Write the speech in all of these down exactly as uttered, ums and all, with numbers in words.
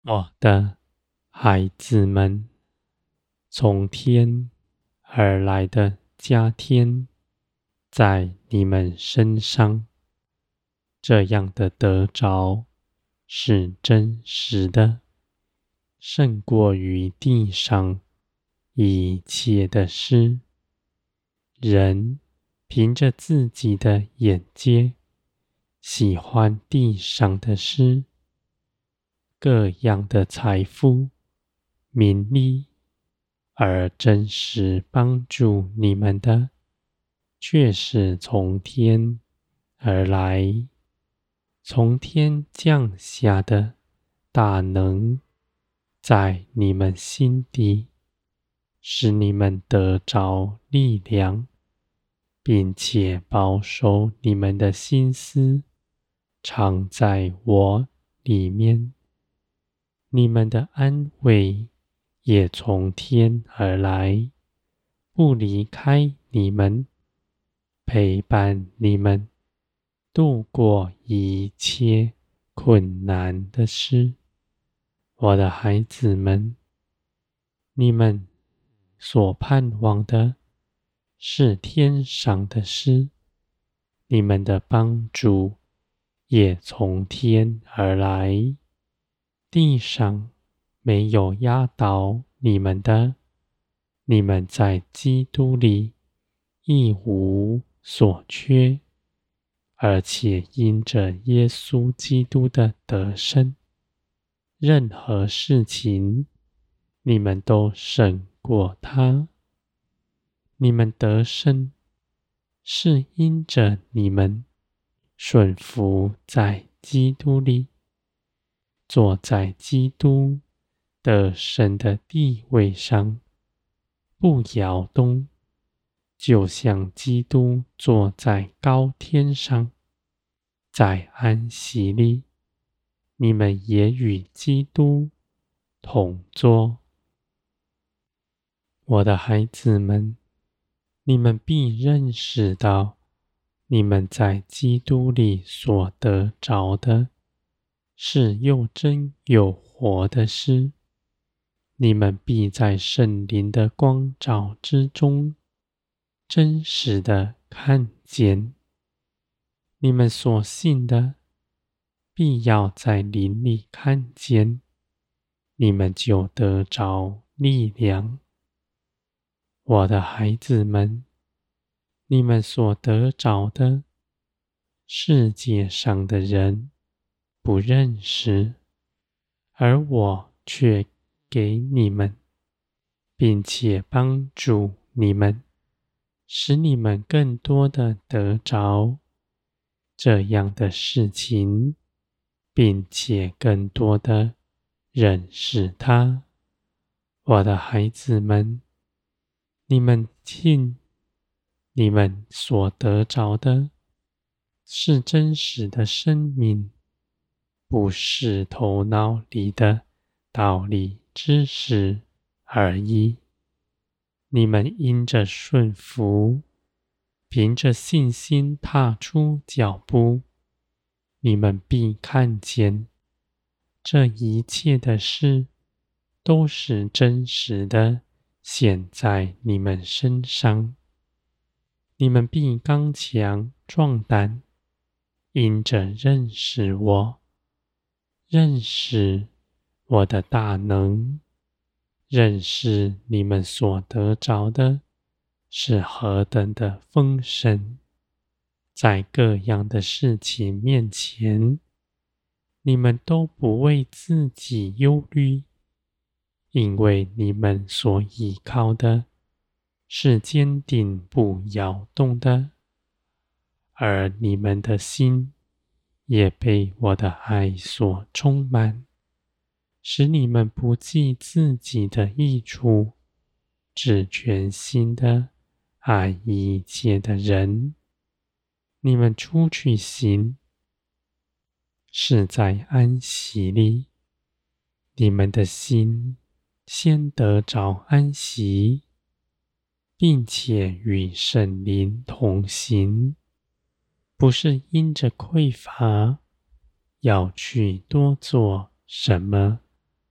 我的孩子们，从天而来的加添在你们身上，这样的得着是真实的，胜过于地上一切的事。人凭着自己的眼界，喜欢地上的事，各样的财富、名利，而真实帮助你们的，却是从天而来，从天降下的大能，在你们心底，使你们得着力量，并且保守你们的心思，常在我里面。你们的安慰也从天而来，不离开你们，陪伴你们度过一切困难的事。我的孩子们，你们所盼望的是天上的事，你们的帮助也从天而来。地上没有压倒你们的，你们在基督里一无所缺，而且因着耶稣基督的得胜，任何事情你们都胜过他。你们得胜是因着你们顺服在基督里，坐在基督得胜的地位上，不摇动，就像基督坐在高天上，在安息里，你们也与基督同坐。我的孩子们，你们必认识到，你们在基督里所得着的，是又真又活的事。你们必在圣灵的光照之中，真实的看见。你们所信的，必要在灵里看见，你们就得着力量。我的孩子们，你们所得着的，世界上的人不认识，而我却给你们，并且帮助你们，使你们更多的得着这样的事情，并且更多的认识他。我的孩子们，你们信，你们所得着的是真实的生命，不是头脑里的道理知识而已。你们因着顺服，凭着信心踏出脚步，你们必看见这一切的事都是真实的显在你们身上。你们必刚强壮胆，因着认识我，认识我的大能，认识你们所得着的是何等的丰盛。在各样的事情面前，你们都不为自己忧虑，因为你们所依靠的是坚定不摇动的，而你们的心也被我的爱所充满，使你们不计自己的益处，只全心的爱一切的人。你们出去行，是在安息里，你们的心先得着安息，并且与圣灵同行，不是因着匮乏要去多做什么，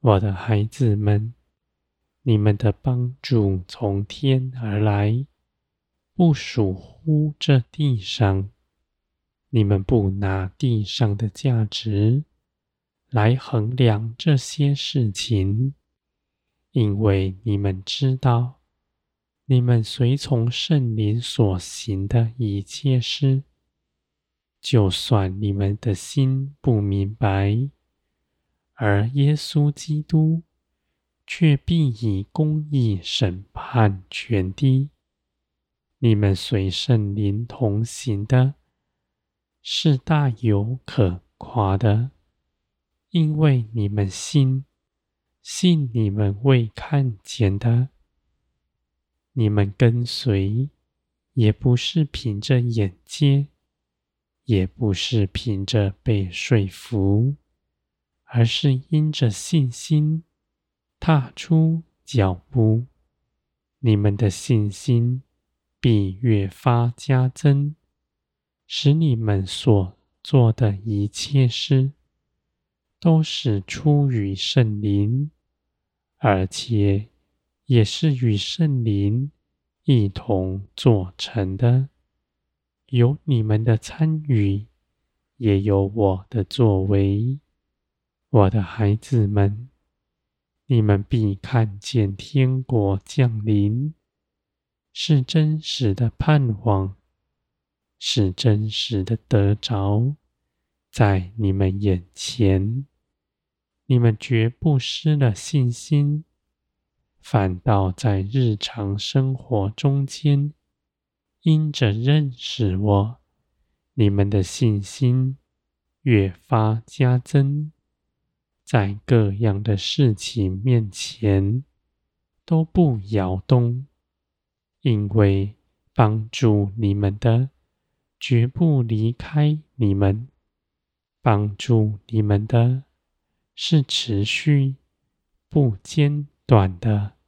我的孩子们，你们的帮助从天而来，不属乎这地上。你们不拿地上的价值来衡量这些事情，因为你们知道，你们随从圣灵所行的一切事，就算你们的心不明白，而耶稣基督却必以公义审判全地。你们随圣灵同行的，是大有可夸的，因为你们信，信你们未看见的。你们跟随，也不是凭着眼界，也不是凭着被说服，而是因着信心踏出脚步。你们的信心必越发加增，使你们所做的一切事都是出于圣灵，而且也是与圣灵一同做成的。有你们的参与，也有我的作为。我的孩子们，你们必看见天国降临，是真实的盼望，是真实的得着，在你们眼前。你们绝不失了信心，反倒在日常生活中间，因着认识我，你们的信心越发加增，在各样的事情面前都不摇动，因为帮助你们的绝不离开你们，帮助你们的是持续不间断的。